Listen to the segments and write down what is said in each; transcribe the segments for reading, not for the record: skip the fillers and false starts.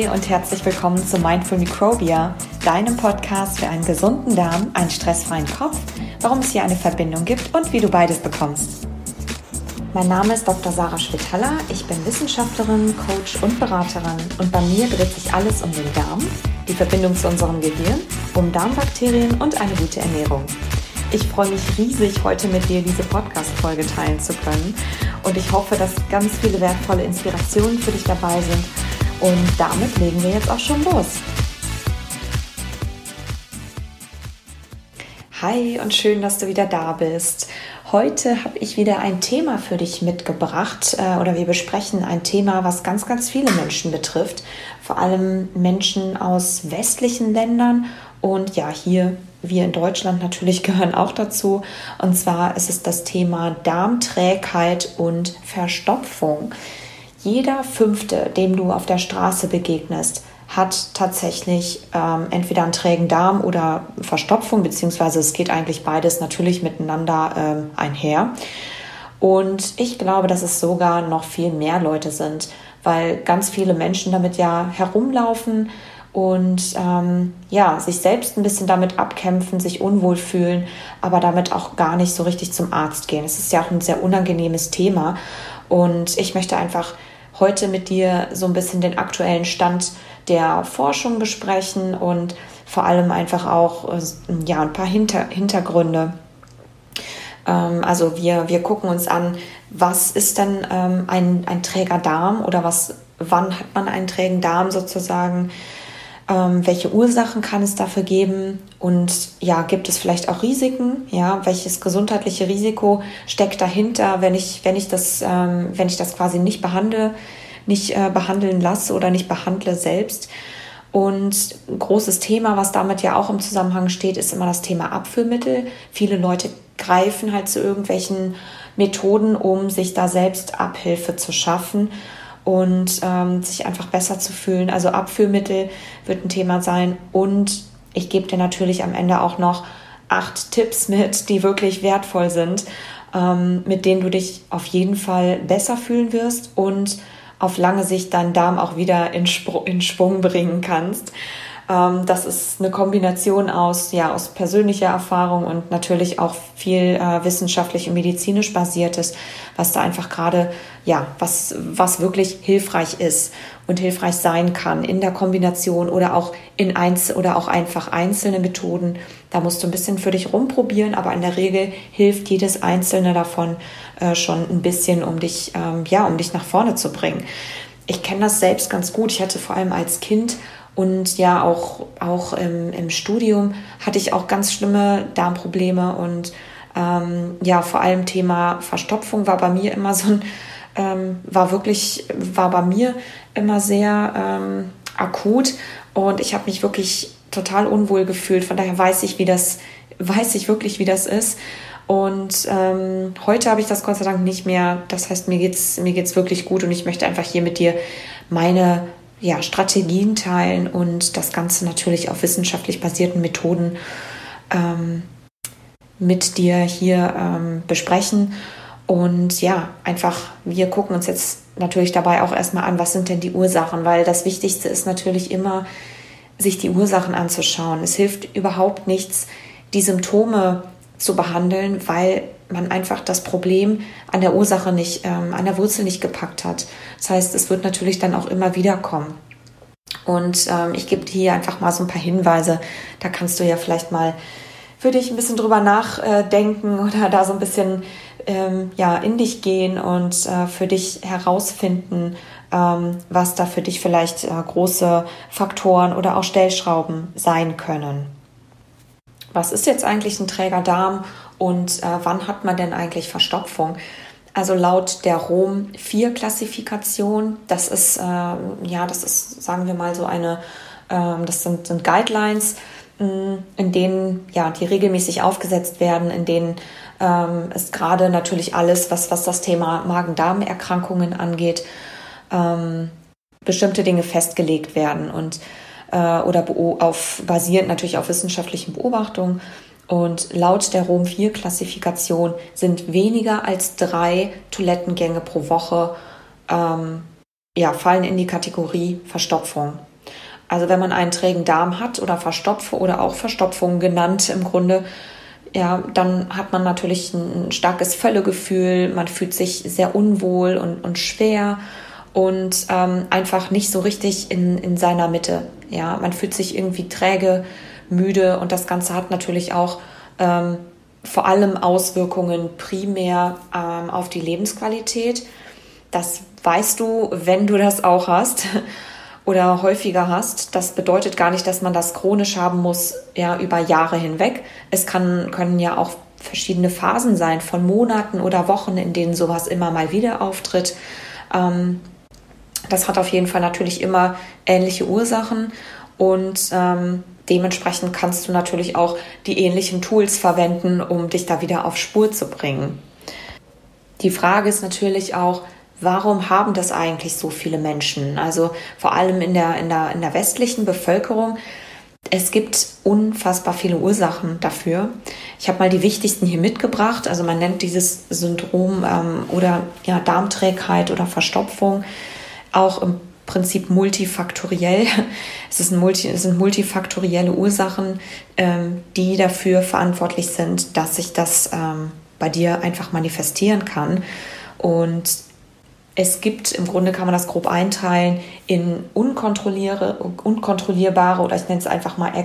Hi und herzlich willkommen zu Mindful Microbia, deinem Podcast für einen gesunden Darm, einen stressfreien Kopf, warum es hier eine Verbindung gibt und wie du beides bekommst. Mein Name ist Dr. Sarah Schwitaler, ich bin Wissenschaftlerin, Coach und Beraterin und bei mir dreht sich alles um den Darm, die Verbindung zu unserem Gehirn, um Darmbakterien und eine gute Ernährung. Ich freue mich riesig, heute mit dir diese Podcast-Folge teilen zu können und ich hoffe, dass ganz viele wertvolle Inspirationen für dich dabei sind und damit legen wir jetzt auch schon los. Hi und schön, dass du wieder da bist. Heute habe ich wieder ein Thema für dich mitgebracht oder wir besprechen ein Thema, was ganz, ganz viele Menschen betrifft, vor allem Menschen aus westlichen Ländern und ja, hier wir in Deutschland natürlich gehören auch dazu. Und zwar ist es das Thema Darmträgheit und Verstopfung. Jeder Fünfte, dem du auf der Straße begegnest, hat tatsächlich entweder einen trägen Darm oder Verstopfung, beziehungsweise es geht eigentlich beides natürlich miteinander einher. Und ich glaube, dass es sogar noch viel mehr Leute sind, weil ganz viele Menschen damit ja herumlaufen und sich selbst ein bisschen damit abkämpfen, sich unwohl fühlen, aber damit auch gar nicht so richtig zum Arzt gehen. Es ist ja auch ein sehr unangenehmes Thema und ich möchte einfach heute mit dir so ein bisschen den aktuellen Stand der Forschung besprechen und vor allem einfach auch ein paar Hintergründe. Also wir gucken uns an, was ist denn ein träger Darm oder wann hat man einen trägen Darm sozusagen? Welche Ursachen kann es dafür geben und ja, gibt es vielleicht auch Risiken? Ja, welches gesundheitliche Risiko steckt dahinter, wenn ich das quasi nicht behandeln lasse oder nicht behandle selbst? Und ein großes Thema, was damit ja auch im Zusammenhang steht, ist immer das Thema Abführmittel. Viele Leute greifen halt zu irgendwelchen Methoden, um sich da selbst Abhilfe zu schaffen und sich einfach besser zu fühlen. Also Abführmittel wird ein Thema sein und ich gebe dir natürlich am Ende auch noch 8 Tipps mit, die wirklich wertvoll sind, mit denen du dich auf jeden Fall besser fühlen wirst und auf lange Sicht deinen Darm auch wieder in Schwung bringen kannst. Das ist eine Kombination aus persönlicher Erfahrung und natürlich auch viel wissenschaftlich und medizinisch basiertes, was da einfach gerade, was wirklich hilfreich ist und hilfreich sein kann in der Kombination oder auch einfach einzelne Methoden. Da musst du ein bisschen für dich rumprobieren, aber in der Regel hilft jedes einzelne davon schon ein bisschen, um dich nach vorne zu bringen. Ich kenne das selbst ganz gut. Ich hatte vor allem als Kind und ja auch im Studium hatte ich auch ganz schlimme Darmprobleme und vor allem Thema Verstopfung war bei mir immer war bei mir immer sehr akut und ich habe mich wirklich total unwohl gefühlt. Von daher weiß ich wirklich, wie das ist. Und heute habe ich das Gott sei Dank nicht mehr. Das heißt, mir geht's wirklich gut und ich möchte einfach hier mit dir meine Strategien teilen und das Ganze natürlich auf wissenschaftlich basierten Methoden mit dir hier besprechen. Und wir gucken uns jetzt natürlich dabei auch erstmal an, was sind denn die Ursachen, weil das Wichtigste ist natürlich immer, sich die Ursachen anzuschauen. Es hilft überhaupt nichts, die Symptome zu behandeln, weil man einfach das Problem an der Ursache nicht, an der Wurzel nicht gepackt hat. Das heißt, es wird natürlich dann auch immer wieder kommen. Und ich gebe dir hier einfach mal so ein paar Hinweise. Da kannst du ja vielleicht mal für dich ein bisschen drüber nachdenken oder da so ein bisschen in dich gehen und für dich herausfinden, was da für dich vielleicht große Faktoren oder auch Stellschrauben sein können. Was ist jetzt eigentlich ein träger Darm und wann hat man denn eigentlich Verstopfung? Also laut der Rom-4-Klassifikation, das ist, sagen wir mal so das sind Guidelines, in denen die regelmäßig aufgesetzt werden, in denen es gerade natürlich alles, was das Thema Magen-Darm-Erkrankungen angeht, bestimmte Dinge festgelegt werden und basierend natürlich auf wissenschaftlichen Beobachtungen. Und laut der Rom-4-Klassifikation sind weniger als 3 Toilettengänge pro Woche fallen in die Kategorie Verstopfung. Also wenn man einen trägen Darm hat oder Verstopfung oder auch Verstopfung genannt im Grunde, ja, dann hat man natürlich ein starkes Völlegefühl, man fühlt sich sehr unwohl und schwer und einfach nicht so richtig in seiner Mitte. Ja, man fühlt sich irgendwie träge, müde und das Ganze hat natürlich auch vor allem Auswirkungen primär auf die Lebensqualität. Das weißt du, wenn du das auch hast oder häufiger hast. Das bedeutet gar nicht, dass man das chronisch haben muss, ja, über Jahre hinweg. Es können ja auch verschiedene Phasen sein von Monaten oder Wochen, in denen sowas immer mal wieder auftritt. Das hat auf jeden Fall natürlich immer ähnliche Ursachen und dementsprechend kannst du natürlich auch die ähnlichen Tools verwenden, um dich da wieder auf Spur zu bringen. Die Frage ist natürlich auch, warum haben das eigentlich so viele Menschen? Also vor allem in der westlichen Bevölkerung. Es gibt unfassbar viele Ursachen dafür. Ich habe mal die wichtigsten hier mitgebracht. Also man nennt dieses Syndrom oder ja, Darmträgheit oder Verstopfung auch im Prinzip multifaktoriell. Es sind multifaktorielle Ursachen, die dafür verantwortlich sind, dass sich das bei dir einfach manifestieren kann. Und es gibt, im Grunde kann man das grob einteilen in unkontrollierbare oder ich nenne es einfach mal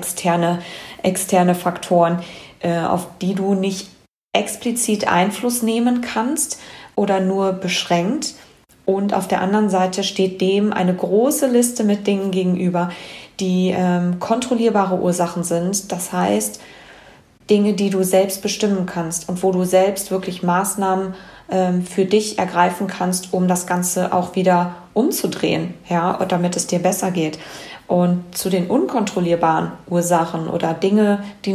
externe Faktoren, auf die du nicht explizit Einfluss nehmen kannst oder nur beschränkt. Und auf der anderen Seite steht dem eine große Liste mit Dingen gegenüber, die kontrollierbare Ursachen sind. Das heißt, Dinge, die du selbst bestimmen kannst und wo du selbst wirklich Maßnahmen für dich ergreifen kannst, um das Ganze auch wieder umzudrehen, ja, und damit es dir besser geht. Und zu den unkontrollierbaren Ursachen oder Dinge, die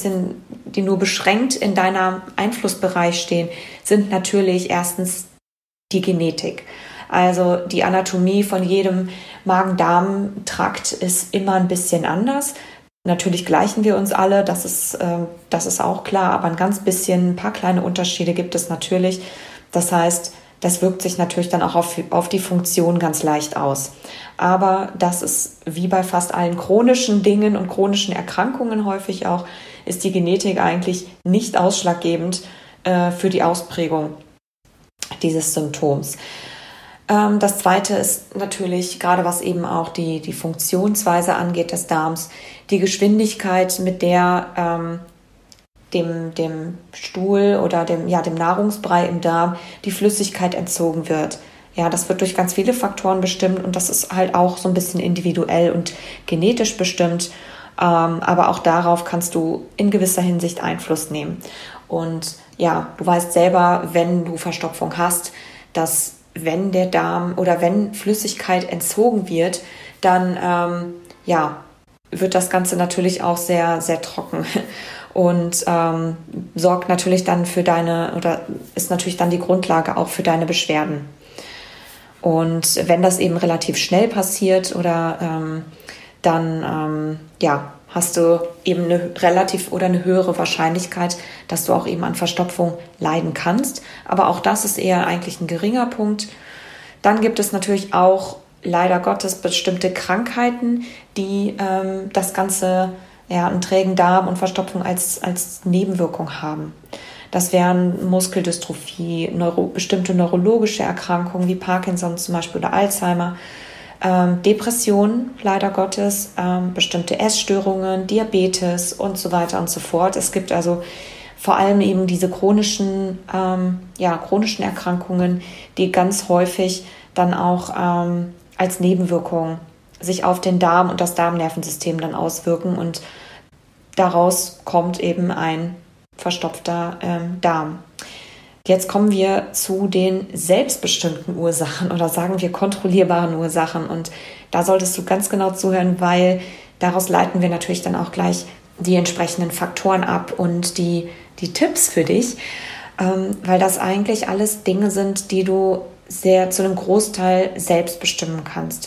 nur beschränkt in deinem Einflussbereich stehen, sind natürlich erstens die Genetik. Also die Anatomie von jedem Magen-Darm-Trakt ist immer ein bisschen anders. Natürlich gleichen wir uns alle, das ist auch klar, aber ein paar kleine Unterschiede gibt es natürlich. Das heißt, das wirkt sich natürlich dann auch auf die Funktion ganz leicht aus. Aber das ist wie bei fast allen chronischen Dingen und chronischen Erkrankungen häufig auch, ist die Genetik eigentlich nicht ausschlaggebend für die Ausprägung dieses Symptoms. Das Zweite ist natürlich, gerade was eben auch die Funktionsweise angeht des Darms, die Geschwindigkeit, mit der dem Stuhl oder dem Nahrungsbrei im Darm die Flüssigkeit entzogen wird. Ja, das wird durch ganz viele Faktoren bestimmt und das ist halt auch so ein bisschen individuell und genetisch bestimmt. Aber auch darauf kannst du in gewisser Hinsicht Einfluss nehmen. Und ja, du weißt selber, wenn du Verstopfung hast, dass wenn der Darm oder wenn Flüssigkeit entzogen wird, dann wird das Ganze natürlich auch sehr, sehr trocken und sorgt natürlich dann ist natürlich dann die Grundlage auch für deine Beschwerden. Und wenn das eben relativ schnell passiert oder dann hast du eben eine höhere Wahrscheinlichkeit, dass du auch eben an Verstopfung leiden kannst. Aber auch das ist eher eigentlich ein geringer Punkt. Dann gibt es natürlich auch leider Gottes bestimmte Krankheiten, die das Ganze, einen trägen Darm und Verstopfung als Nebenwirkung haben. Das wären Muskeldystrophie, bestimmte neurologische Erkrankungen wie Parkinson zum Beispiel oder Alzheimer, Depressionen, leider Gottes, bestimmte Essstörungen, Diabetes und so weiter und so fort. Es gibt also vor allem eben diese chronischen Erkrankungen, die ganz häufig dann auch als Nebenwirkung sich auf den Darm und das Darmnervensystem dann auswirken und daraus kommt eben ein verstopfter Darm. Jetzt kommen wir zu den selbstbestimmten Ursachen oder sagen wir kontrollierbaren Ursachen. Und da solltest du ganz genau zuhören, weil daraus leiten wir natürlich dann auch gleich die entsprechenden Faktoren ab und die Tipps für dich, weil das eigentlich alles Dinge sind, die du zu einem Großteil selbst bestimmen kannst.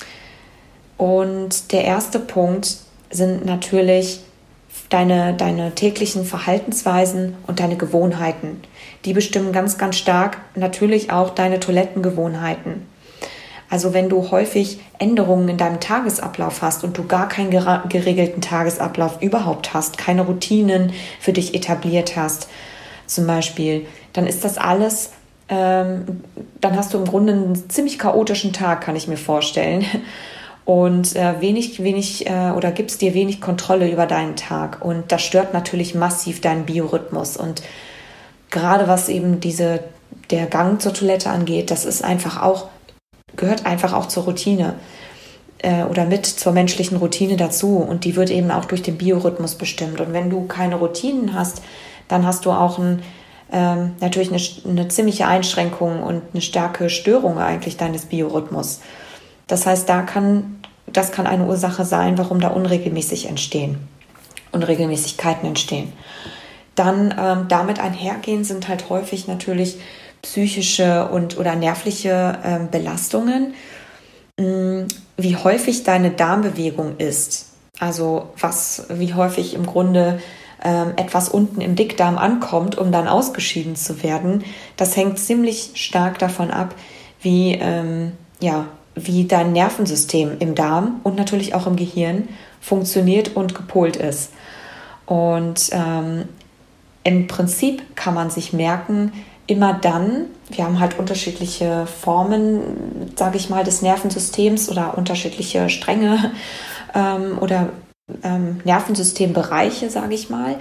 Und der erste Punkt sind natürlich deine täglichen Verhaltensweisen und deine Gewohnheiten. Die bestimmen ganz, ganz stark natürlich auch deine Toilettengewohnheiten. Also wenn du häufig Änderungen in deinem Tagesablauf hast und du gar keinen geregelten Tagesablauf überhaupt hast, keine Routinen für dich etabliert hast, zum Beispiel, dann ist das alles, dann hast du im Grunde einen ziemlich chaotischen Tag, kann ich mir vorstellen. Und oder gibst dir wenig Kontrolle über deinen Tag. Und das stört natürlich massiv deinen Biorhythmus. Und gerade was eben der Gang zur Toilette angeht, das ist gehört einfach auch zur Routine oder mit zur menschlichen Routine dazu. Und die wird eben auch durch den Biorhythmus bestimmt. Und wenn du keine Routinen hast, dann hast du auch natürlich eine ziemliche Einschränkung und eine starke Störung eigentlich deines Biorhythmus. Das heißt, das kann eine Ursache sein, warum da Unregelmäßigkeiten entstehen. Dann damit einhergehen sind halt häufig natürlich psychische oder nervliche Belastungen, wie häufig deine Darmbewegung ist. Also wie häufig im Grunde etwas unten im Dickdarm ankommt, um dann ausgeschieden zu werden. Das hängt ziemlich stark davon ab, wie dein Nervensystem im Darm und natürlich auch im Gehirn funktioniert und gepolt ist. Und im Prinzip kann man sich merken, immer dann, wir haben halt unterschiedliche Formen, sage ich mal, des Nervensystems oder unterschiedliche Stränge oder Nervensystembereiche, sage ich mal.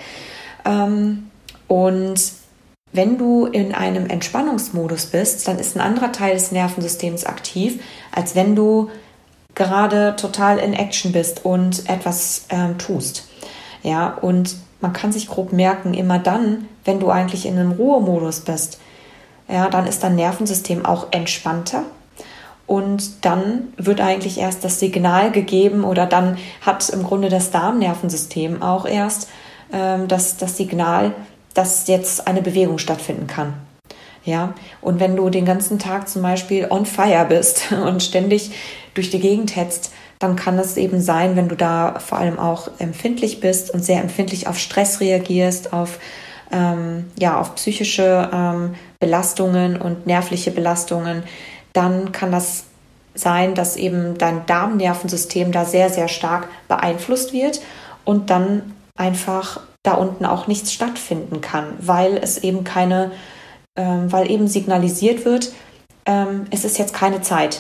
Und wenn du in einem Entspannungsmodus bist, dann ist ein anderer Teil des Nervensystems aktiv, als wenn du gerade total in Action bist und etwas tust. Ja, und man kann sich grob merken, immer dann, wenn du eigentlich in einem Ruhemodus bist, ja, dann ist dein Nervensystem auch entspannter. Und dann wird eigentlich erst das Signal gegeben oder dann hat im Grunde das Darmnervensystem auch erst das Signal, dass jetzt eine Bewegung stattfinden kann. Ja, und wenn du den ganzen Tag zum Beispiel on fire bist und ständig durch die Gegend hetzt, dann kann es eben sein, wenn du da vor allem auch empfindlich bist und sehr empfindlich auf Stress reagierst, auf psychische Belastungen und nervliche Belastungen, dann kann das sein, dass eben dein Darmnervensystem da sehr, sehr stark beeinflusst wird und dann einfach da unten auch nichts stattfinden kann, weil eben signalisiert wird, es ist jetzt keine Zeit.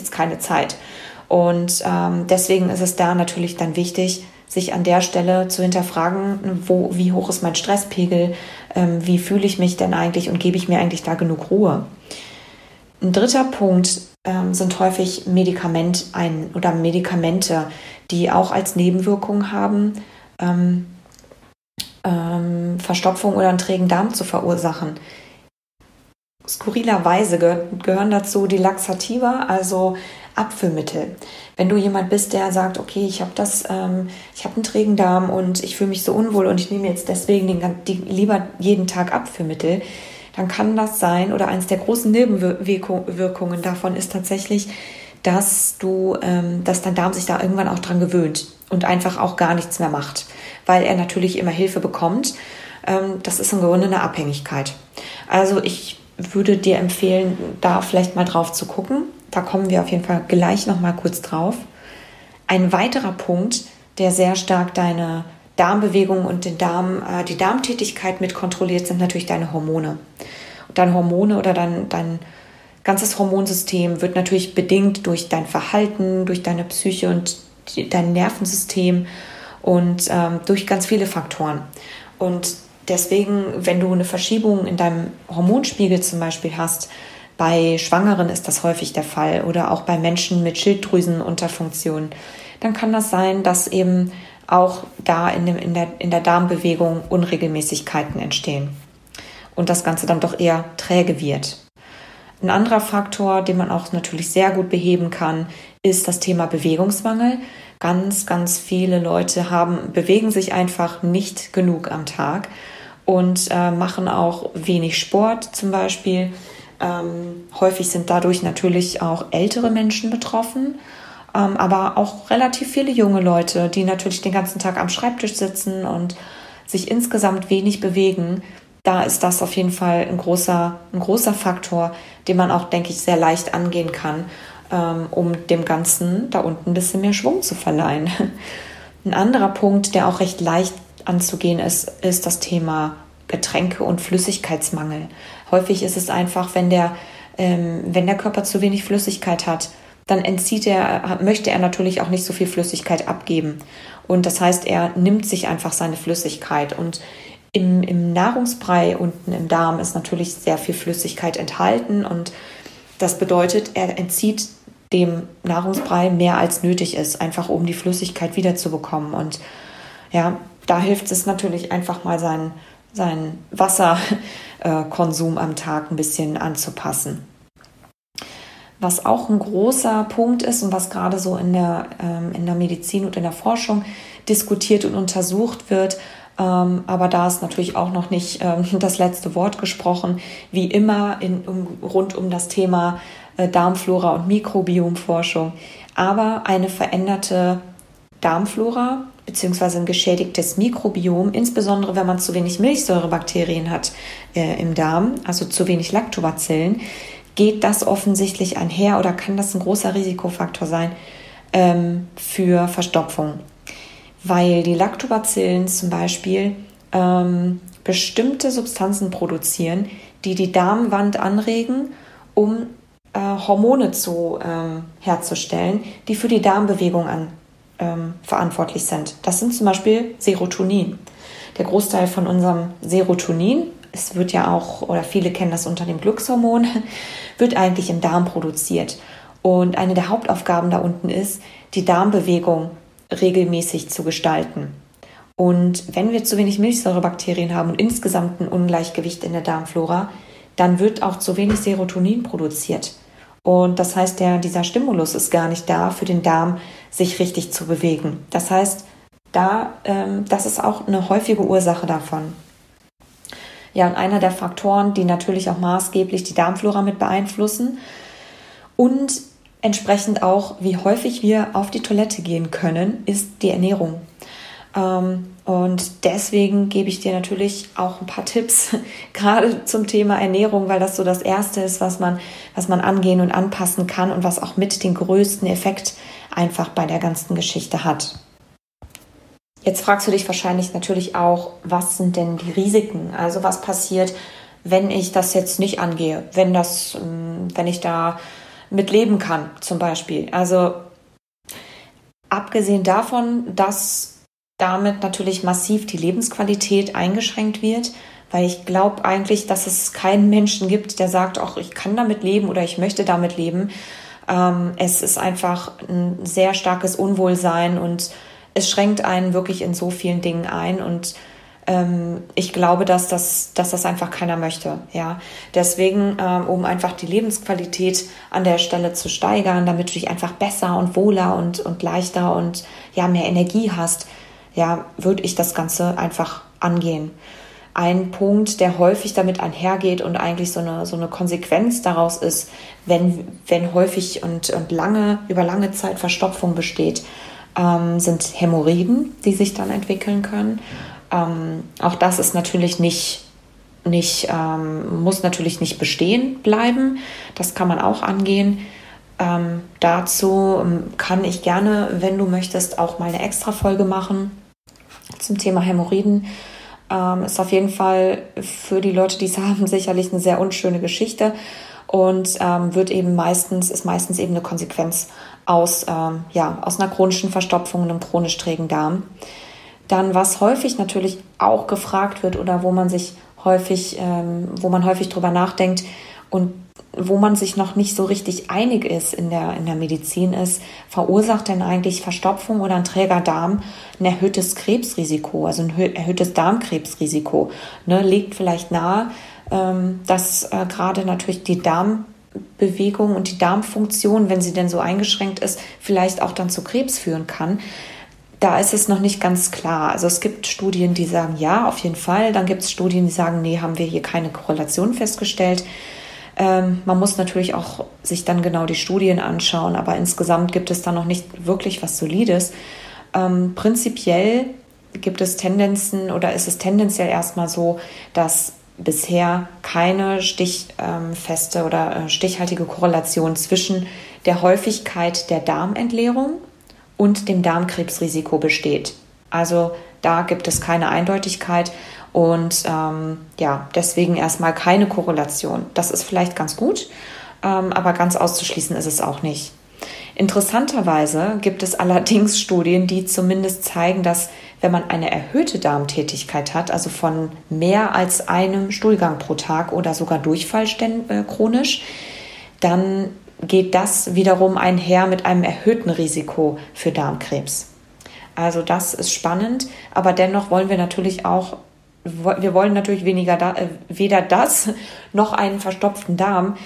Und deswegen ist es da natürlich dann wichtig, sich an der Stelle zu hinterfragen, wie hoch ist mein Stresspegel, wie fühle ich mich denn eigentlich und gebe ich mir eigentlich da genug Ruhe. Ein dritter Punkt sind häufig Medikamente, die auch als Nebenwirkung haben, Verstopfung oder einen trägen Darm zu verursachen. Skurrilerweise gehören dazu die Laxativa, also Abführmittel. Wenn du jemand bist, der sagt, okay, ich habe einen trägen Darm und ich fühle mich so unwohl und ich nehme jetzt deswegen lieber jeden Tag Abführmittel, dann kann das sein, oder eines der großen Nebenwirkungen davon ist tatsächlich, dass dein Darm sich da irgendwann auch dran gewöhnt und einfach auch gar nichts mehr macht, weil er natürlich immer Hilfe bekommt. Das ist im Grunde eine Abhängigkeit. Also ich würde dir empfehlen, da vielleicht mal drauf zu gucken. Da kommen wir auf jeden Fall gleich noch mal kurz drauf. Ein weiterer Punkt, der sehr stark deine Darmbewegung und die Darmtätigkeit mit kontrolliert, sind natürlich deine Hormone. Und deine Hormone oder dein ganzes Hormonsystem wird natürlich bedingt durch dein Verhalten, durch deine Psyche und dein Nervensystem und durch ganz viele Faktoren. Und deswegen, wenn du eine Verschiebung in deinem Hormonspiegel zum Beispiel hast, bei Schwangeren ist das häufig der Fall oder auch bei Menschen mit Schilddrüsenunterfunktion, dann kann das sein, dass eben auch da in der Darmbewegung Unregelmäßigkeiten entstehen und das Ganze dann doch eher träge wird. Ein anderer Faktor, den man auch natürlich sehr gut beheben kann, ist das Thema Bewegungsmangel. Ganz, ganz viele Leute bewegen sich einfach nicht genug am Tag und machen auch wenig Sport zum Beispiel. Häufig sind dadurch natürlich auch ältere Menschen betroffen, aber auch relativ viele junge Leute, die natürlich den ganzen Tag am Schreibtisch sitzen und sich insgesamt wenig bewegen. Da ist das auf jeden Fall ein großer Faktor, den man auch, denke ich, sehr leicht angehen kann um dem Ganzen da unten ein bisschen mehr Schwung zu verleihen. Ein anderer Punkt, der auch recht leicht anzugehen ist, ist das Thema Getränke und Flüssigkeitsmangel. Häufig ist es einfach, wenn der Körper zu wenig Flüssigkeit hat, dann möchte er natürlich auch nicht so viel Flüssigkeit abgeben. Und das heißt, er nimmt sich einfach seine Flüssigkeit. Und im Nahrungsbrei unten im Darm ist natürlich sehr viel Flüssigkeit enthalten. Und das bedeutet, er entzieht dem Nahrungsbrei mehr als nötig ist, einfach um die Flüssigkeit wiederzubekommen. Und ja, da hilft es natürlich einfach mal seinen Wasserkonsum am Tag ein bisschen anzupassen. Was auch ein großer Punkt ist und was gerade so in der Medizin und in der Forschung diskutiert und untersucht wird, aber da ist natürlich auch noch nicht das letzte Wort gesprochen, wie immer rund um das Thema Darmflora und Mikrobiomforschung, aber eine veränderte Darmflora beziehungsweise ein geschädigtes Mikrobiom, insbesondere wenn man zu wenig Milchsäurebakterien hat im Darm, also zu wenig Lactobacillen, geht das offensichtlich einher oder kann das ein großer Risikofaktor sein für Verstopfung. Weil die Lactobacillen zum Beispiel bestimmte Substanzen produzieren, die die Darmwand anregen, um Hormone herzustellen, die für die Darmbewegung verantwortlich sind. Das sind zum Beispiel Serotonin. Der Großteil von unserem Serotonin, es wird ja auch, oder viele kennen das unter dem Glückshormon, wird eigentlich im Darm produziert. Und eine der Hauptaufgaben da unten ist, die Darmbewegung regelmäßig zu gestalten. Und wenn wir zu wenig Milchsäurebakterien haben und insgesamt ein Ungleichgewicht in der Darmflora, dann wird auch zu wenig Serotonin produziert. Und das heißt, dieser Stimulus ist gar nicht da für den Darm, sich richtig zu bewegen. Das heißt, das ist auch eine häufige Ursache davon. Ja, und einer der Faktoren, die natürlich auch maßgeblich die Darmflora mit beeinflussen und entsprechend auch, wie häufig wir auf die Toilette gehen können, ist die Ernährung. Und deswegen gebe ich dir natürlich auch ein paar Tipps, gerade zum Thema Ernährung, weil das so das Erste ist, was man angehen und anpassen kann und was auch mit den größten Effekt einfach bei der ganzen Geschichte hat. Jetzt fragst du dich wahrscheinlich natürlich auch, was sind denn die Risiken? Also was passiert, wenn ich das jetzt nicht angehe, wenn ich da mit leben kann zum Beispiel. Also abgesehen davon, dass damit natürlich massiv die Lebensqualität eingeschränkt wird, weil ich glaube eigentlich, dass es keinen Menschen gibt, der sagt, ach, ich kann damit leben oder ich möchte damit leben. Es ist einfach ein sehr starkes Unwohlsein und es schränkt einen wirklich in so vielen Dingen ein und ich glaube, dass das einfach keiner möchte. Ja, deswegen, um einfach die Lebensqualität an der Stelle zu steigern, damit du dich einfach besser und wohler und leichter und ja mehr Energie hast, ja, würde ich das Ganze einfach angehen. Ein Punkt, der häufig damit einhergeht und eigentlich so eine Konsequenz daraus ist, wenn häufig und über lange Zeit Verstopfung besteht, sind Hämorrhoiden, die sich dann entwickeln können. Auch das ist natürlich muss natürlich nicht bestehen bleiben. Das kann man auch angehen. Dazu kann ich gerne, wenn du möchtest, auch mal eine Extra-Folge machen zum Thema Hämorrhoiden. Ist auf jeden Fall für die Leute, die es haben, sicherlich eine sehr unschöne Geschichte und ist meistens eben eine Konsequenz aus einer chronischen Verstopfung und einem chronisch trägen Darm. Dann, was häufig natürlich auch gefragt wird oder wo man häufig drüber nachdenkt und wo man sich noch nicht so richtig einig ist in der Medizin ist, verursacht denn eigentlich Verstopfung oder ein träger Darm ein erhöhtes Krebsrisiko, also ein erhöhtes Darmkrebsrisiko, liegt vielleicht nahe, dass gerade natürlich die Darmbewegung und die Darmfunktion, wenn sie denn so eingeschränkt ist, vielleicht auch dann zu Krebs führen kann. Da ist es noch nicht ganz klar. Also es gibt Studien, die sagen, ja, auf jeden Fall. Dann gibt es Studien, die sagen, nee, haben wir hier keine Korrelation festgestellt. Man muss natürlich auch sich dann genau die Studien anschauen, aber insgesamt gibt es da noch nicht wirklich was Solides. Prinzipiell gibt es Tendenzen oder ist es tendenziell erstmal so, dass bisher keine stichfeste oder stichhaltige Korrelation zwischen der Häufigkeit der Darmentleerung und dem Darmkrebsrisiko besteht. Also da gibt es keine Eindeutigkeit und deswegen erstmal keine Korrelation. Das ist vielleicht ganz gut, aber ganz auszuschließen ist es auch nicht. Interessanterweise gibt es allerdings Studien, die zumindest zeigen, dass wenn man eine erhöhte Darmtätigkeit hat, also von mehr als einem Stuhlgang pro Tag oder sogar Durchfall chronisch, dann geht das wiederum einher mit einem erhöhten Risiko für Darmkrebs. Also das ist spannend, aber dennoch wollen wir natürlich auch, wir wollen natürlich weder das noch einen verstopften Darm.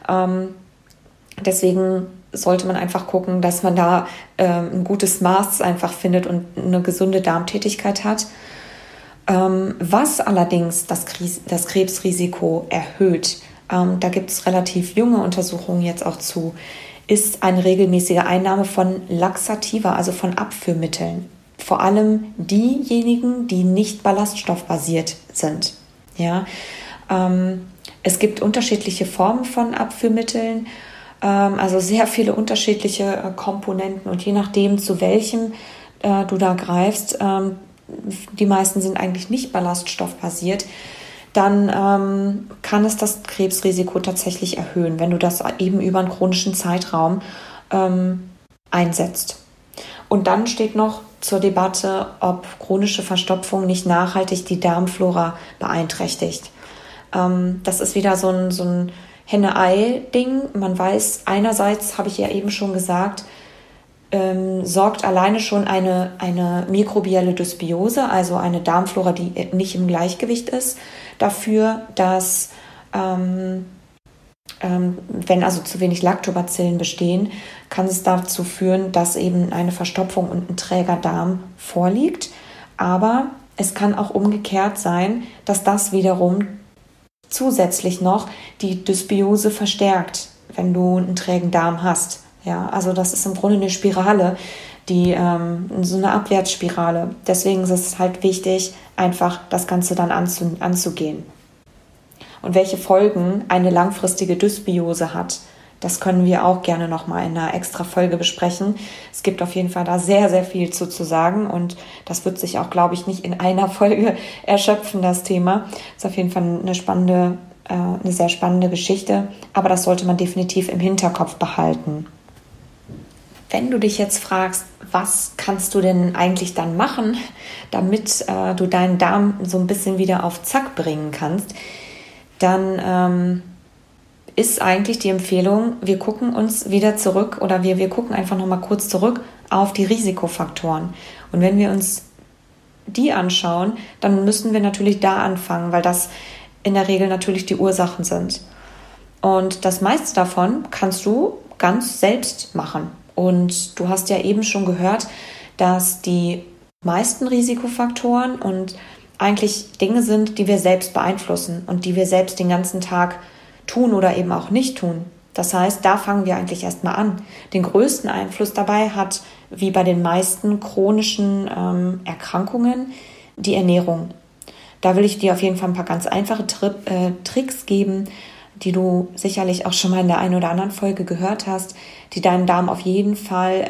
Deswegen sollte man einfach gucken, dass man da ein gutes Maß einfach findet und eine gesunde Darmtätigkeit hat. Was allerdings das Krebsrisiko erhöht, da gibt es relativ junge Untersuchungen jetzt auch zu, ist eine regelmäßige Einnahme von Laxativa, also von Abführmitteln. Vor allem diejenigen, die nicht ballaststoffbasiert sind. Ja? Es gibt unterschiedliche Formen von Abführmitteln, also sehr viele unterschiedliche Komponenten und je nachdem, zu welchem du da greifst, die meisten sind eigentlich nicht ballaststoffbasiert, dann kann es das Krebsrisiko tatsächlich erhöhen, wenn du das eben über einen chronischen Zeitraum einsetzt. Und dann steht noch zur Debatte, ob chronische Verstopfung nicht nachhaltig die Darmflora beeinträchtigt. Das ist wieder so ein Henne-Ei-Ding. Man weiß, einerseits, habe ich ja eben schon gesagt, sorgt alleine schon eine mikrobielle Dysbiose, also eine Darmflora, die nicht im Gleichgewicht ist, dafür, dass wenn also zu wenig Lactobacillen bestehen, kann es dazu führen, dass eben eine Verstopfung und ein träger Darm vorliegt. Aber es kann auch umgekehrt sein, dass das wiederum zusätzlich noch die Dysbiose verstärkt, wenn du einen trägen Darm hast. Ja, also das ist im Grunde eine Spirale, so eine Abwärtsspirale. Deswegen ist es halt wichtig, einfach das Ganze dann anzugehen. Und welche Folgen eine langfristige Dysbiose hat, das können wir auch gerne nochmal in einer extra Folge besprechen. Es gibt auf jeden Fall da sehr, sehr viel zu sagen und das wird sich auch, glaube ich, nicht in einer Folge erschöpfen, das Thema. Das ist auf jeden Fall eine sehr spannende Geschichte, aber das sollte man definitiv im Hinterkopf behalten. Wenn du dich jetzt fragst, was kannst du denn eigentlich dann machen, damit du deinen Darm so ein bisschen wieder auf Zack bringen kannst, dann ist eigentlich die Empfehlung, wir gucken uns wieder zurück oder wir gucken einfach nochmal kurz zurück auf die Risikofaktoren. Und wenn wir uns die anschauen, dann müssen wir natürlich da anfangen, weil das in der Regel natürlich die Ursachen sind. Und das meiste davon kannst du ganz selbst machen. Und du hast ja eben schon gehört, dass die meisten Risikofaktoren und eigentlich Dinge sind, die wir selbst beeinflussen und die wir selbst den ganzen Tag tun oder eben auch nicht tun. Das heißt, da fangen wir eigentlich erstmal an. Den größten Einfluss dabei hat, wie bei den meisten chronischen Erkrankungen, die Ernährung. Da will ich dir auf jeden Fall ein paar ganz einfache Tricks geben, die du sicherlich auch schon mal in der einen oder anderen Folge gehört hast, die deinen Darm auf jeden Fall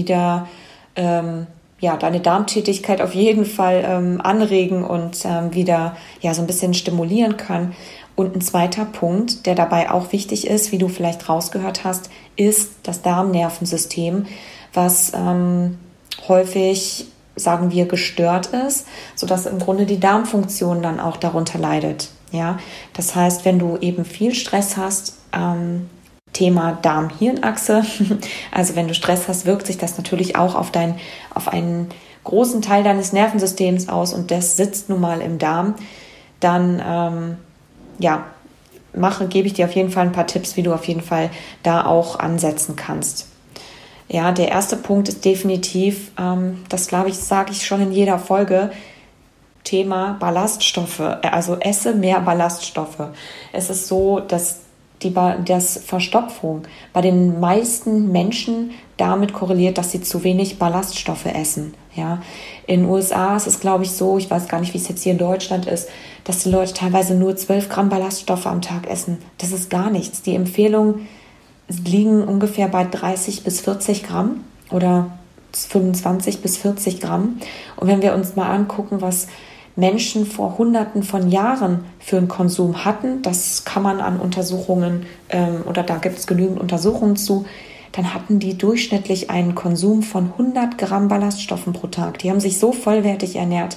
deine Darmtätigkeit auf jeden Fall anregen und wieder so ein bisschen stimulieren können. Und ein zweiter Punkt, der dabei auch wichtig ist, wie du vielleicht rausgehört hast, ist das Darmnervensystem, was häufig, sagen wir, gestört ist, sodass im Grunde die Darmfunktion dann auch darunter leidet. Ja? Das heißt, wenn du eben viel Stress hast, Thema Darm-Hirn-Achse, also wenn du Stress hast, wirkt sich das natürlich auch auf einen großen Teil deines Nervensystems aus und das sitzt nun mal im Darm, dann gebe ich dir auf jeden Fall ein paar Tipps, wie du auf jeden Fall da auch ansetzen kannst. Ja, der erste Punkt ist definitiv, das glaube ich, sage ich schon in jeder Folge, Thema Ballaststoffe, also esse mehr Ballaststoffe. Es ist so, dass Verstopfung bei den meisten Menschen damit korreliert, dass sie zu wenig Ballaststoffe essen. Ja? In den USA ist es, glaube ich, so, ich weiß gar nicht, wie es jetzt hier in Deutschland ist, dass die Leute teilweise nur 12 Gramm Ballaststoffe am Tag essen. Das ist gar nichts. Die Empfehlung liegen ungefähr bei 30 bis 40 Gramm oder 25 bis 40 Gramm. Und wenn wir uns mal angucken, was Menschen vor Hunderten von Jahren für einen Konsum hatten, das kann man an Untersuchungen oder da gibt es genügend Untersuchungen zu, dann hatten die durchschnittlich einen Konsum von 100 Gramm Ballaststoffen pro Tag. Die haben sich so vollwertig ernährt,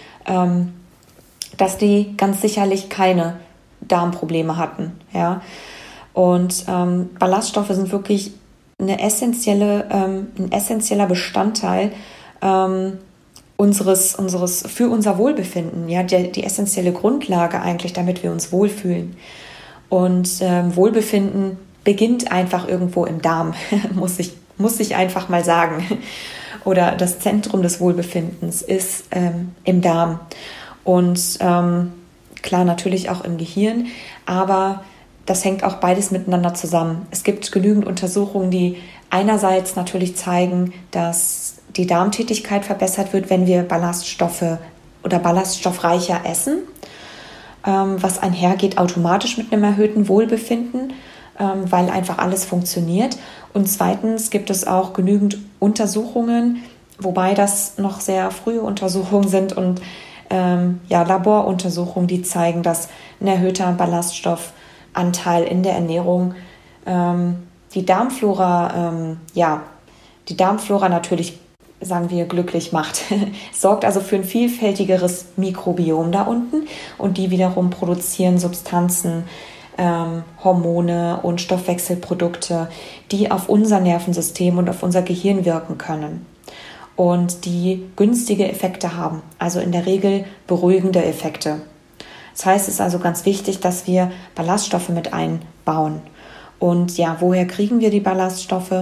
dass die ganz sicherlich keine Darmprobleme hatten. Ja? Und Ballaststoffe sind wirklich ein essentieller Bestandteil für unser Wohlbefinden, ja, die essentielle Grundlage eigentlich, damit wir uns wohlfühlen. Und Wohlbefinden beginnt einfach irgendwo im Darm, muss ich einfach mal sagen. Oder das Zentrum des Wohlbefindens ist im Darm. Und klar, natürlich auch im Gehirn, aber das hängt auch beides miteinander zusammen. Es gibt genügend Untersuchungen, die einerseits natürlich zeigen, dass die Darmtätigkeit verbessert wird, wenn wir Ballaststoffe oder ballaststoffreicher essen, was einhergeht automatisch mit einem erhöhten Wohlbefinden, weil einfach alles funktioniert. Und zweitens gibt es auch genügend Untersuchungen, wobei das noch sehr frühe Untersuchungen sind und Laboruntersuchungen, die zeigen, dass ein erhöhter Ballaststoffanteil in der Ernährung die Darmflora natürlich, sagen wir, glücklich macht. Sorgt also für ein vielfältigeres Mikrobiom da unten und die wiederum produzieren Substanzen, Hormone und Stoffwechselprodukte, die auf unser Nervensystem und auf unser Gehirn wirken können und die günstige Effekte haben, also in der Regel beruhigende Effekte. Das heißt, es ist also ganz wichtig, dass wir Ballaststoffe mit einbauen. Und ja, woher kriegen wir die Ballaststoffe?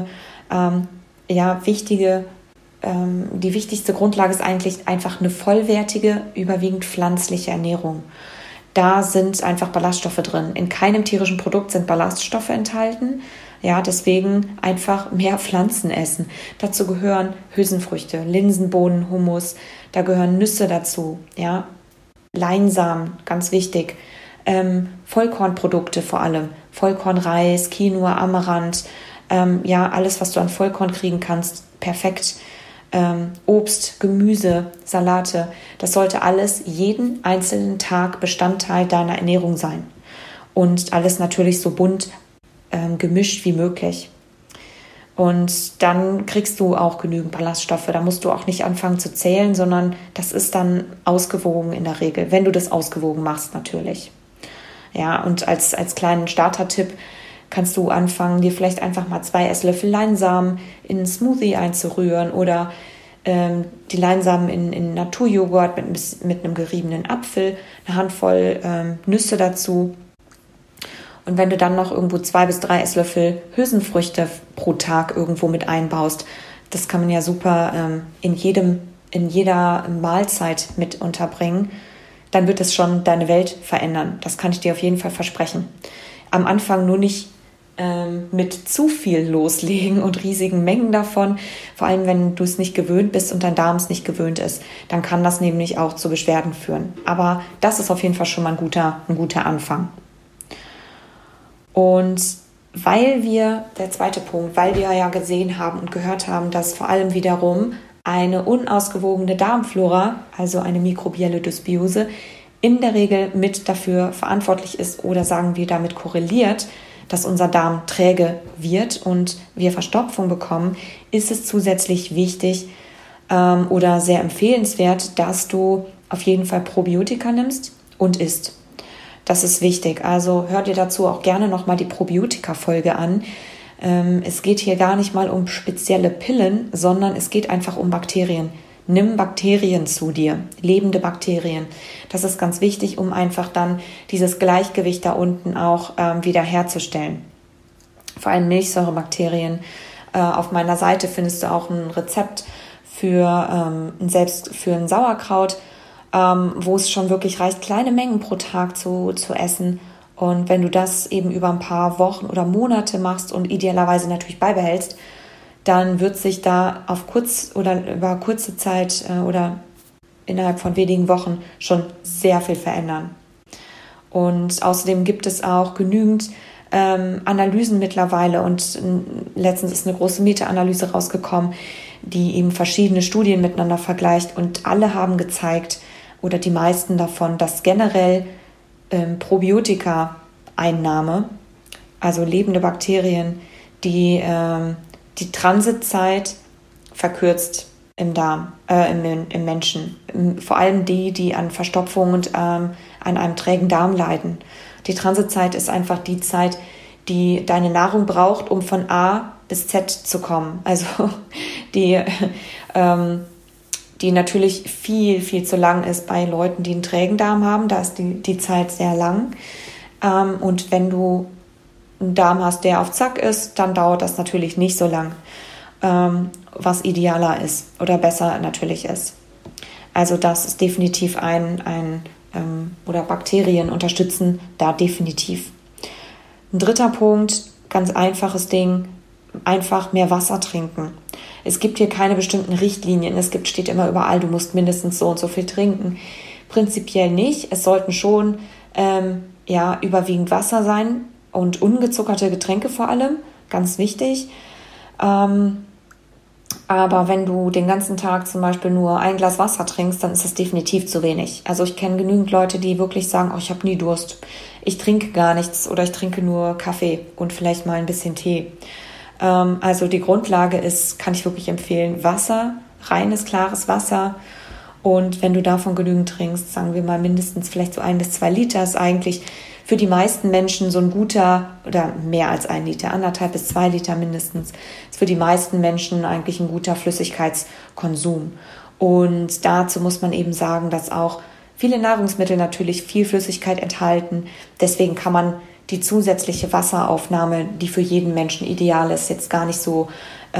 Die wichtigste Grundlage ist eigentlich einfach eine vollwertige, überwiegend pflanzliche Ernährung. Da sind einfach Ballaststoffe drin. In keinem tierischen Produkt sind Ballaststoffe enthalten. Ja, deswegen einfach mehr Pflanzen essen. Dazu gehören Hülsenfrüchte, Linsenbohnen, Hummus. Da gehören Nüsse dazu. Ja, Leinsamen, ganz wichtig. Vollkornprodukte vor allem. Vollkornreis, Quinoa, Amaranth. Alles, was du an Vollkorn kriegen kannst, perfekt. Obst, Gemüse, Salate, das sollte alles jeden einzelnen Tag Bestandteil deiner Ernährung sein. Und alles natürlich so bunt gemischt wie möglich. Und dann kriegst du auch genügend Ballaststoffe. Da musst du auch nicht anfangen zu zählen, sondern das ist dann ausgewogen in der Regel, wenn du das ausgewogen machst natürlich. Ja, und als kleinen Starter-Tipp kannst du anfangen, dir vielleicht einfach mal 2 Esslöffel Leinsamen in einen Smoothie einzurühren oder die Leinsamen in Naturjoghurt mit einem geriebenen Apfel, eine Handvoll Nüsse dazu. Und wenn du dann noch irgendwo 2 bis 3 Esslöffel Hülsenfrüchte pro Tag irgendwo mit einbaust, das kann man ja super in jeder Mahlzeit mit unterbringen, dann wird es schon deine Welt verändern. Das kann ich dir auf jeden Fall versprechen. Am Anfang nur nicht mit zu viel loslegen und riesigen Mengen davon. Vor allem, wenn du es nicht gewöhnt bist und dein Darm es nicht gewöhnt ist, dann kann das nämlich auch zu Beschwerden führen. Aber das ist auf jeden Fall schon mal ein guter Anfang. Und der zweite Punkt, weil wir ja gesehen haben und gehört haben, dass vor allem wiederum eine unausgewogene Darmflora, also eine mikrobielle Dysbiose, in der Regel mit dafür verantwortlich ist oder sagen wir damit korreliert, dass unser Darm träge wird und wir Verstopfung bekommen, ist es zusätzlich wichtig oder sehr empfehlenswert, dass du auf jeden Fall Probiotika nimmst und isst. Das ist wichtig. Also hör dir dazu auch gerne nochmal die Probiotika-Folge an. Es geht hier gar nicht mal um spezielle Pillen, sondern es geht einfach um Bakterien. Nimm Bakterien zu dir, lebende Bakterien. Das ist ganz wichtig, um einfach dann dieses Gleichgewicht da unten auch wieder herzustellen. Vor allem Milchsäurebakterien. Auf meiner Seite findest du auch ein Rezept für ein Sauerkraut, wo es schon wirklich reicht, kleine Mengen pro Tag zu essen. Und wenn du das eben über ein paar Wochen oder Monate machst und idealerweise natürlich beibehältst, dann wird sich da über kurze Zeit oder innerhalb von wenigen Wochen schon sehr viel verändern. Und außerdem gibt es auch genügend Analysen mittlerweile und letztens ist eine große Meta-Analyse rausgekommen, die eben verschiedene Studien miteinander vergleicht und alle haben gezeigt, oder die meisten davon, dass generell Probiotika-Einnahme, also lebende Bakterien, die Transitzeit verkürzt im Darm, im Menschen. Vor allem die an Verstopfung und an einem trägen Darm leiden. Die Transitzeit ist einfach die Zeit, die deine Nahrung braucht, um von A bis Z zu kommen. Also die natürlich viel, viel zu lang ist bei Leuten, die einen trägen Darm haben. Da ist die Zeit sehr lang. Und wenn du einen Darm hast, der auf Zack ist, dann dauert das natürlich nicht so lang, was idealer ist oder besser natürlich ist. Also das ist definitiv oder Bakterien unterstützen da definitiv. Ein dritter Punkt, ganz einfaches Ding, einfach mehr Wasser trinken. Es gibt hier keine bestimmten Richtlinien. Steht immer überall, du musst mindestens so und so viel trinken. Prinzipiell nicht. Es sollten schon überwiegend Wasser sein und ungezuckerte Getränke vor allem. Ganz wichtig. Aber wenn du den ganzen Tag zum Beispiel nur ein Glas Wasser trinkst, dann ist das definitiv zu wenig. Also ich kenne genügend Leute, die wirklich sagen, ich habe nie Durst. Ich trinke gar nichts oder ich trinke nur Kaffee und vielleicht mal ein bisschen Tee. Also die Grundlage ist, kann ich wirklich empfehlen, Wasser, reines, klares Wasser. Und wenn du davon genügend trinkst, sagen wir mal mindestens vielleicht so 1 bis 2 Liter, ist eigentlich für die meisten Menschen so ein guter, oder mehr als 1 Liter, 1,5 bis 2 Liter mindestens, ist für die meisten Menschen eigentlich ein guter Flüssigkeitskonsum. Und dazu muss man eben sagen, dass auch viele Nahrungsmittel natürlich viel Flüssigkeit enthalten. Deswegen kann man die zusätzliche Wasseraufnahme, die für jeden Menschen ideal ist, jetzt gar nicht so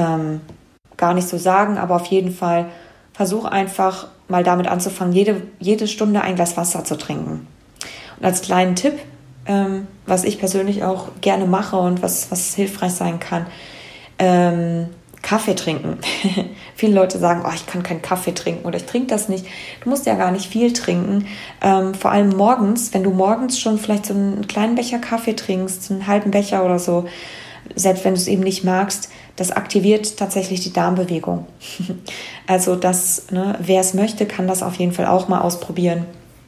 sagen, aber auf jeden Fall versuch einfach mal damit anzufangen, jede Stunde ein Glas Wasser zu trinken. Und als kleinen Tipp, was ich persönlich auch gerne mache und was hilfreich sein kann, Kaffee trinken. Viele Leute sagen, ich kann keinen Kaffee trinken oder ich trinke das nicht. Du musst ja gar nicht viel trinken. Vor allem morgens, wenn du morgens schon vielleicht so einen kleinen Becher Kaffee trinkst, einen halben Becher oder so, selbst wenn du es eben nicht magst, das aktiviert tatsächlich die Darmbewegung. Also wer es möchte, kann das auf jeden Fall auch mal ausprobieren.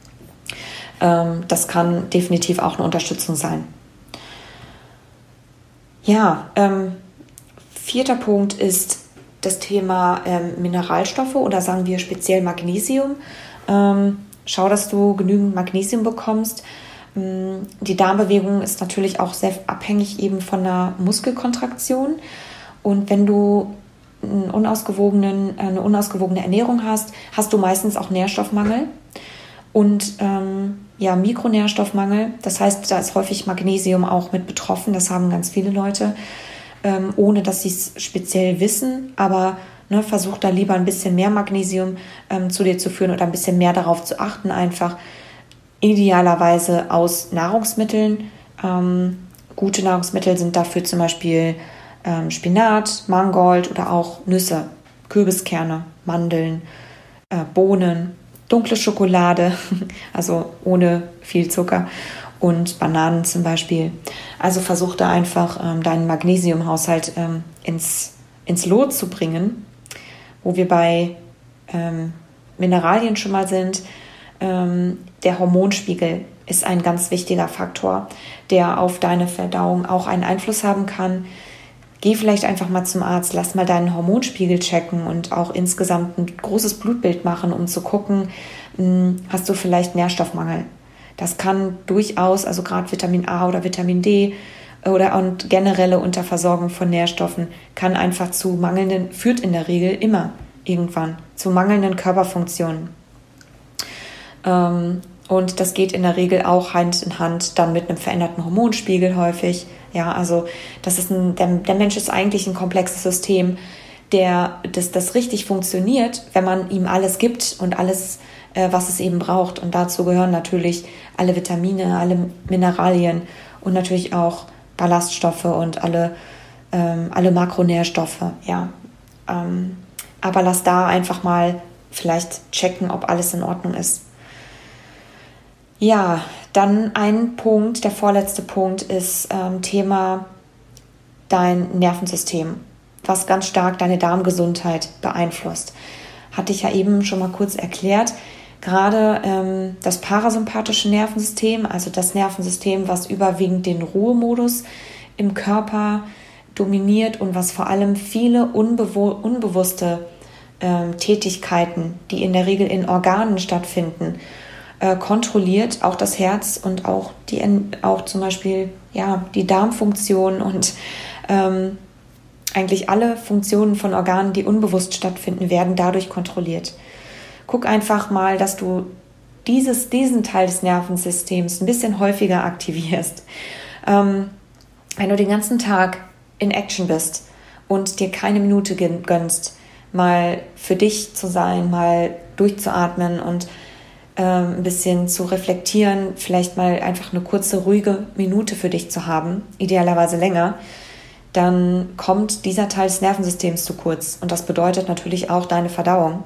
Das kann definitiv auch eine Unterstützung sein. Ja, 4. Punkt ist das Thema Mineralstoffe oder sagen wir speziell Magnesium. Schau, dass du genügend Magnesium bekommst. Die Darmbewegung ist natürlich auch sehr abhängig eben von der Muskelkontraktion. Und wenn du eine unausgewogene Ernährung hast, hast du meistens auch Nährstoffmangel und Mikronährstoffmangel. Das heißt, da ist häufig Magnesium auch mit betroffen. Das haben ganz viele Leute, ohne dass sie es speziell wissen. Aber versuch da lieber ein bisschen mehr Magnesium zu dir zu führen oder ein bisschen mehr darauf zu achten, einfach idealerweise aus Nahrungsmitteln. Gute Nahrungsmittel sind dafür zum Beispiel Spinat, Mangold oder auch Nüsse, Kürbiskerne, Mandeln, Bohnen, dunkle Schokolade, also ohne viel Zucker und Bananen zum Beispiel. Also versuch da einfach deinen Magnesiumhaushalt ins Lot zu bringen, wo wir bei Mineralien schon mal sind. Der Hormonspiegel ist ein ganz wichtiger Faktor, der auf deine Verdauung auch einen Einfluss haben kann. Geh vielleicht einfach mal zum Arzt, lass mal deinen Hormonspiegel checken und auch insgesamt ein großes Blutbild machen, um zu gucken, hast du vielleicht Nährstoffmangel. Das kann durchaus, also gerade Vitamin A oder Vitamin D und generelle Unterversorgung von Nährstoffen kann einfach führt in der Regel immer irgendwann zu mangelnden Körperfunktionen. Und das geht in der Regel auch Hand in Hand dann mit einem veränderten Hormonspiegel häufig. Ja, also der Mensch ist eigentlich ein komplexes System, das richtig funktioniert, wenn man ihm alles gibt und alles, was es eben braucht. Und dazu gehören natürlich alle Vitamine, alle Mineralien und natürlich auch Ballaststoffe und alle Makronährstoffe. Ja, aber lass da einfach mal vielleicht checken, ob alles in Ordnung ist. Ja, Dann ein Punkt, der vorletzte Punkt ist Thema dein Nervensystem, was ganz stark deine Darmgesundheit beeinflusst. Hatte ich ja eben schon mal kurz erklärt. Gerade das parasympathische Nervensystem, also das Nervensystem, was überwiegend den Ruhemodus im Körper dominiert und was vor allem viele unbewusste Tätigkeiten, die in der Regel in Organen stattfinden, kontrolliert, auch das Herz und auch zum Beispiel die Darmfunktion und eigentlich alle Funktionen von Organen, die unbewusst stattfinden, werden dadurch kontrolliert. Guck einfach mal, dass du diesen Teil des Nervensystems ein bisschen häufiger aktivierst. Wenn du den ganzen Tag in Action bist und dir keine Minute gönnst, mal für dich zu sein, mal durchzuatmen und ein bisschen zu reflektieren, vielleicht mal einfach eine kurze, ruhige Minute für dich zu haben, idealerweise länger, dann kommt dieser Teil des Nervensystems zu kurz. Und das bedeutet natürlich auch deine Verdauung.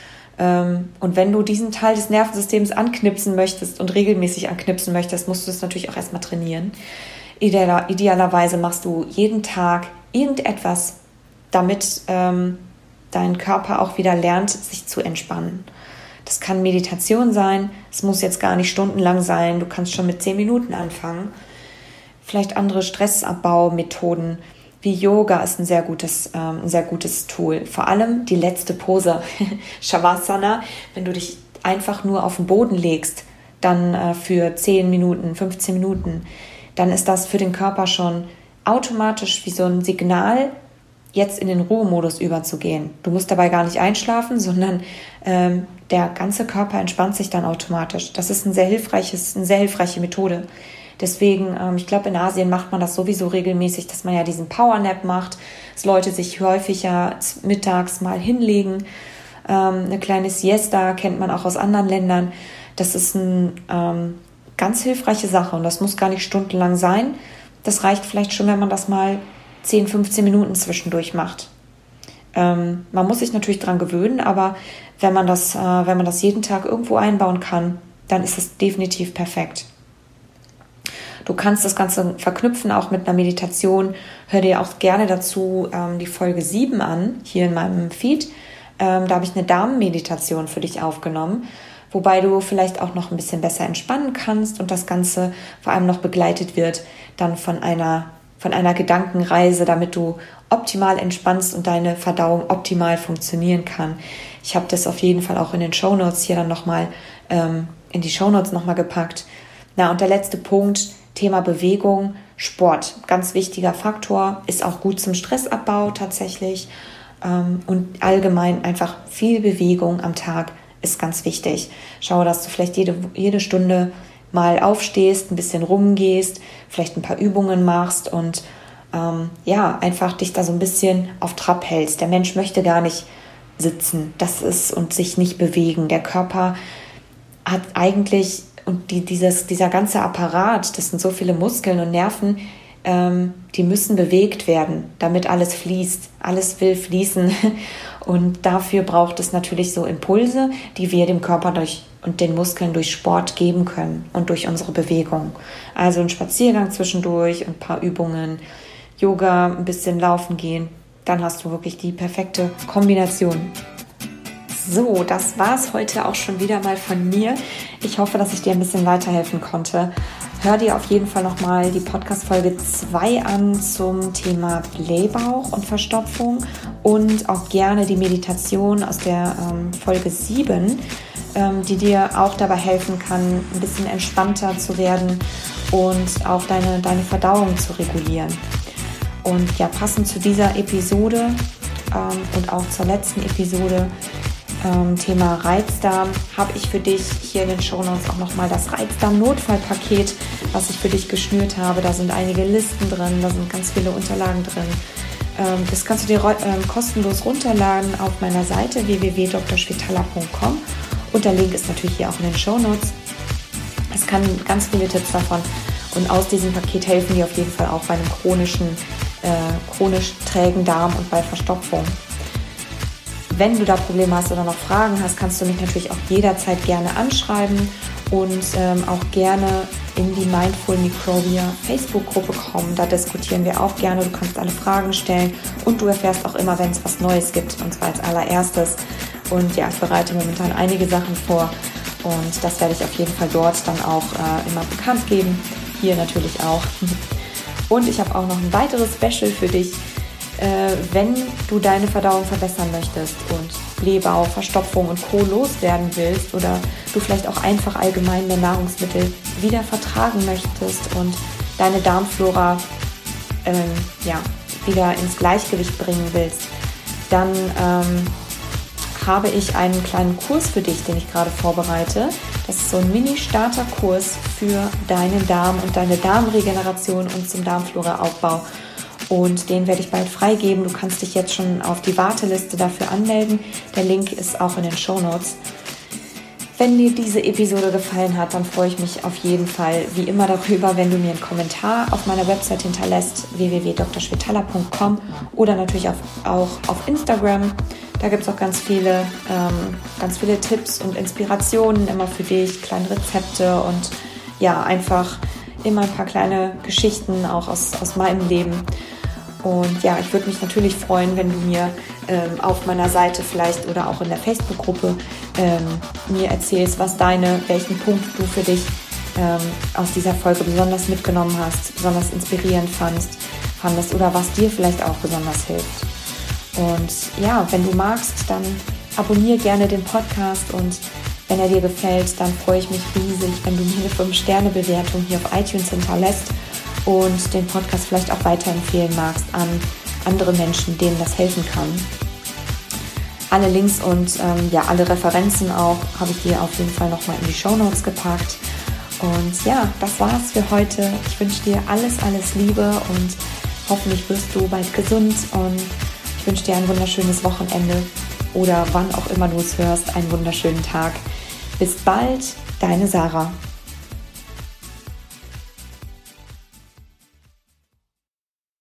Und wenn du diesen Teil des Nervensystems anknipsen möchtest und regelmäßig anknipsen möchtest, musst du es natürlich auch erstmal trainieren. Idealerweise machst du jeden Tag irgendetwas, damit dein Körper auch wieder lernt, sich zu entspannen. Das kann Meditation sein, es muss jetzt gar nicht stundenlang sein, du kannst schon mit 10 Minuten anfangen. Vielleicht andere Stressabbaumethoden wie Yoga ist ein sehr gutes Tool. Vor allem die letzte Pose, Shavasana, wenn du dich einfach nur auf den Boden legst, dann für 10 Minuten, 15 Minuten, dann ist das für den Körper schon automatisch wie so ein Signal, jetzt in den Ruhemodus überzugehen. Du musst dabei gar nicht einschlafen, sondern der ganze Körper entspannt sich dann automatisch. Das ist eine sehr hilfreiche Methode. Deswegen, ich glaube, in Asien macht man das sowieso regelmäßig, dass man ja diesen Powernap macht, dass Leute sich häufiger mittags mal hinlegen. Eine kleine Siesta kennt man auch aus anderen Ländern. Das ist eine ganz hilfreiche Sache und das muss gar nicht stundenlang sein. Das reicht vielleicht schon, wenn man das mal 10, 15 Minuten zwischendurch macht. Man muss sich natürlich dran gewöhnen, aber wenn man das jeden Tag irgendwo einbauen kann, dann ist es definitiv perfekt. Du kannst das Ganze verknüpfen, auch mit einer Meditation. Hör dir auch gerne dazu die Folge 7 an, hier in meinem Feed. Da habe ich eine Darmmeditation für dich aufgenommen, wobei du vielleicht auch noch ein bisschen besser entspannen kannst und das Ganze vor allem noch begleitet wird dann von einer Gedankenreise, damit du optimal entspannst und deine Verdauung optimal funktionieren kann. Ich habe das auf jeden Fall auch in den Shownotes hier dann nochmal in die Shownotes nochmal gepackt. Na, und der letzte Punkt, Thema Bewegung, Sport. Ganz wichtiger Faktor, ist auch gut zum Stressabbau tatsächlich. Und allgemein einfach viel Bewegung am Tag ist ganz wichtig. Schau, dass du vielleicht jede Stunde mal aufstehst, ein bisschen rumgehst, vielleicht ein paar Übungen machst und einfach dich da so ein bisschen auf Trab hältst. Der Mensch möchte gar nicht sitzen, und sich nicht bewegen. Der Körper hat eigentlich, und dieser ganze Apparat, das sind so viele Muskeln und Nerven, die müssen bewegt werden, damit alles fließt. Alles will fließen. Und dafür braucht es natürlich so Impulse, die wir dem Körper und den Muskeln durch Sport geben können und durch unsere Bewegung. Also ein Spaziergang zwischendurch, ein paar Übungen, Yoga, ein bisschen laufen gehen. Dann hast du wirklich die perfekte Kombination. So, das war's heute auch schon wieder mal von mir. Ich hoffe, dass ich dir ein bisschen weiterhelfen konnte. Hör dir auf jeden Fall nochmal die Podcast-Folge 2 an zum Thema Blähbauch und Verstopfung und auch gerne die Meditation aus der Folge 7, die dir auch dabei helfen kann, ein bisschen entspannter zu werden und auch deine Verdauung zu regulieren. Und ja, passend zu dieser Episode und auch zur letzten Episode, Thema Reizdarm, habe ich für dich hier in den Shownotes auch nochmal das Reizdarm-Notfallpaket, was ich für dich geschnürt habe. Da sind einige Listen drin, da sind ganz viele Unterlagen drin. Das kannst du dir kostenlos runterladen auf meiner Seite www.drschwetala.com und der Link ist natürlich hier auch in den Shownotes. Es kann ganz viele Tipps davon und aus diesem Paket helfen dir auf jeden Fall auch bei einem chronisch trägen Darm und bei Verstopfung. Wenn du da Probleme hast oder noch Fragen hast, kannst du mich natürlich auch jederzeit gerne anschreiben und auch gerne in die Mindful Microbia Facebook-Gruppe kommen. Da diskutieren wir auch gerne. Du kannst alle Fragen stellen und du erfährst auch immer, wenn es was Neues gibt, und zwar als allererstes. Und ja, ich bereite momentan einige Sachen vor und das werde ich auf jeden Fall dort dann auch immer bekannt geben. Hier natürlich auch. Und ich habe auch noch ein weiteres Special für dich. Wenn du deine Verdauung verbessern möchtest und Blähbauch, Verstopfung und Co. loswerden willst oder du vielleicht auch einfach allgemein mehr Nahrungsmittel wieder vertragen möchtest und deine Darmflora wieder ins Gleichgewicht bringen willst, dann habe ich einen kleinen Kurs für dich, den ich gerade vorbereite. Das ist so ein Mini-Starter-Kurs für deinen Darm und deine Darmregeneration und zum Darmflora-Aufbau. Und den werde ich bald freigeben. Du kannst dich jetzt schon auf die Warteliste dafür anmelden. Der Link ist auch in den Shownotes. Wenn dir diese Episode gefallen hat, dann freue ich mich auf jeden Fall wie immer darüber, wenn du mir einen Kommentar auf meiner Website hinterlässt, www.drschwetala.com, oder natürlich auch auf Instagram. Da gibt es auch ganz viele Tipps und Inspirationen immer für dich, kleine Rezepte und ja, einfach immer ein paar kleine Geschichten auch aus meinem Leben. Und ja, ich würde mich natürlich freuen, wenn du mir auf meiner Seite vielleicht oder auch in der Facebook-Gruppe mir erzählst, welchen Punkt du für dich aus dieser Folge besonders mitgenommen hast, besonders inspirierend fandest oder was dir vielleicht auch besonders hilft. Und ja, wenn du magst, dann abonniere gerne den Podcast und wenn er dir gefällt, dann freue ich mich riesig, wenn du mir eine 5-Sterne-Bewertung hier auf iTunes hinterlässt und den Podcast vielleicht auch weiterempfehlen magst an andere Menschen, denen das helfen kann. Alle Links und alle Referenzen auch habe ich dir auf jeden Fall nochmal in die Shownotes gepackt. Und ja, das war's für heute. Ich wünsche dir alles Liebe und hoffentlich wirst du bald gesund und ich wünsche dir ein wunderschönes Wochenende oder wann auch immer du es hörst, einen wunderschönen Tag. Bis bald, deine Sarah.